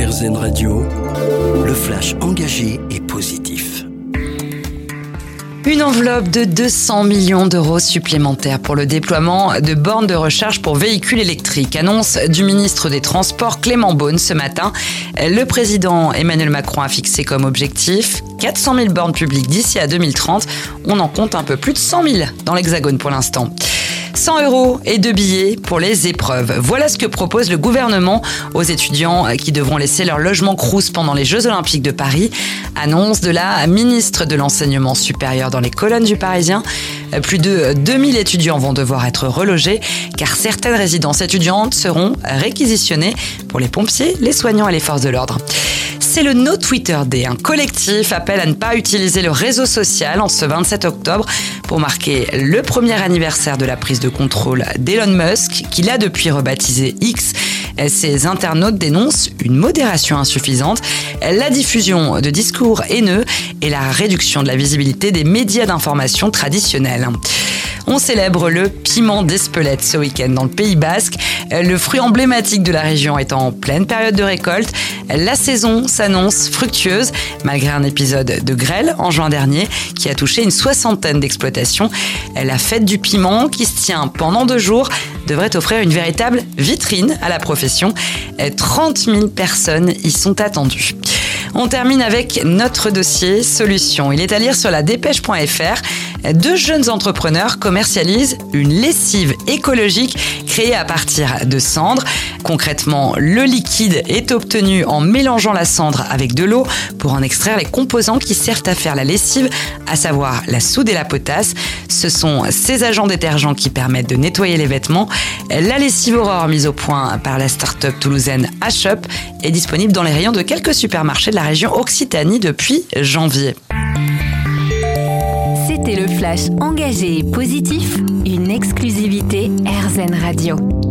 RZN Radio, le flash engagé et positif. Une enveloppe de 200 millions d'euros supplémentaires pour le déploiement de bornes de recharge pour véhicules électriques. Annonce du ministre des Transports Clément Beaune ce matin. Le président Emmanuel Macron a fixé comme objectif 400 000 bornes publiques d'ici à 2030. On en compte un peu plus de 100 000 dans l'Hexagone pour l'instant. 100 € et 2 billets pour les épreuves. Voilà ce que propose le gouvernement aux étudiants qui devront laisser leur logement Crous pendant les Jeux Olympiques de Paris. Annonce de la ministre de l'Enseignement supérieur dans les colonnes du Parisien. Plus de 2000 étudiants vont devoir être relogés car certaines résidences étudiantes seront réquisitionnées pour les pompiers, les soignants et les forces de l'ordre. C'est le No Twitter Day. Un collectif appelle à ne pas utiliser le réseau social en ce 27 octobre pour marquer le premier anniversaire de la prise de contrôle d'Elon Musk, qu'il a depuis rebaptisé X. Ces internautes dénoncent une modération insuffisante, la diffusion de discours haineux et la réduction de la visibilité des médias d'information traditionnels. On célèbre le piment d'Espelette ce week-end dans le Pays Basque. Le fruit emblématique de la région est en pleine période de récolte. La saison s'annonce fructueuse malgré un épisode de grêle en juin dernier qui a touché une 60aine d'exploitations. La fête du piment qui se tient pendant 2 jours devrait offrir une véritable vitrine à la profession. 30 000 personnes y sont attendues. On termine avec notre dossier solution. Il est à lire sur la dépêche.fr. 2 jeunes entrepreneurs commercialisent une lessive écologique créée à partir de cendres. Concrètement, le liquide est obtenu en mélangeant la cendre avec de l'eau pour en extraire les composants qui servent à faire la lessive, à savoir la soude et la potasse. Ce sont ces agents détergents qui permettent de nettoyer les vêtements. La lessive Aurore mise au point par la start-up toulousaine H-Up est disponible dans les rayons de quelques supermarchés de la région Occitanie depuis janvier. C'était le flash engagé et positif, une exclusivité RZN Radio.